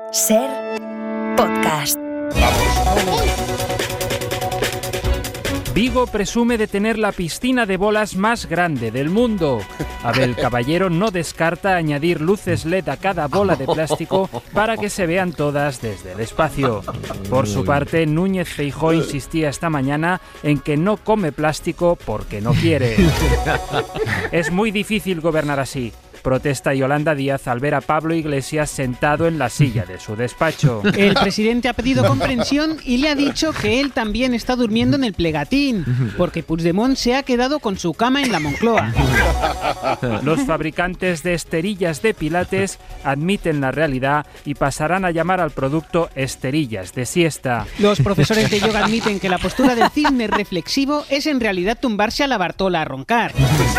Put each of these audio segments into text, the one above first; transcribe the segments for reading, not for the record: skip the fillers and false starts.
Ser podcast. Vigo presume de tener la piscina de bolas más grande del mundo. Abel Caballero no descarta añadir luces LED a cada bola de plástico para que se vean todas desde el espacio. Por su parte, Núñez Feijóo insistía esta mañana en que no come plástico porque no quiere. Es muy difícil gobernar así. Protesta Yolanda Díaz al ver a Pablo Iglesias sentado en la silla de su despacho. El presidente ha pedido comprensión y le ha dicho que él también está durmiendo en el plegatín, porque Puigdemont se ha quedado con su cama en la Moncloa. Los fabricantes de esterillas de pilates admiten la realidad y pasarán a llamar al producto esterillas de siesta. Los profesores de yoga admiten que la postura del cisne reflexivo es en realidad tumbarse a la Bartola a roncar.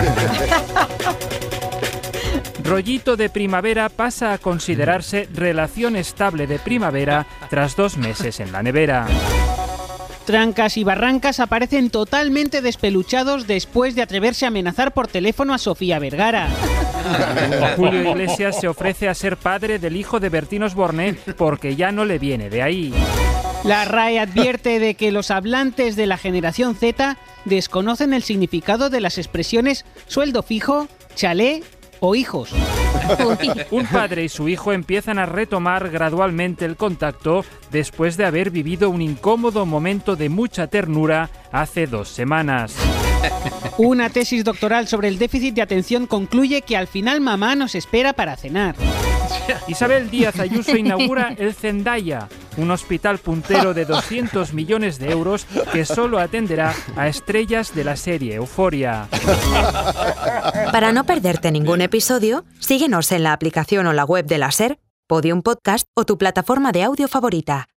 Rollito de primavera pasa a considerarse relación estable de primavera tras 2 meses en la nevera. Trancas y Barrancas aparecen totalmente despeluchados después de atreverse a amenazar por teléfono a Sofía Vergara. Julio Iglesias se ofrece a ser padre del hijo de Bertín Osborne porque ya no le viene de ahí. La RAE advierte de que los hablantes de la generación Z desconocen el significado de las expresiones sueldo fijo, chalé o hijos. Un padre y su hijo empiezan a retomar gradualmente el contacto después de haber vivido un incómodo momento de mucha ternura hace 2 semanas. Una tesis doctoral sobre el déficit de atención concluye que al final mamá nos espera para cenar. Isabel Díaz Ayuso inaugura el Zendaya, un hospital puntero de 200 millones de euros que solo atenderá a estrellas de la serie Euforia. Para no perderte ningún episodio, síguenos en la aplicación o la web de la SER, Podium Podcast o tu plataforma de audio favorita.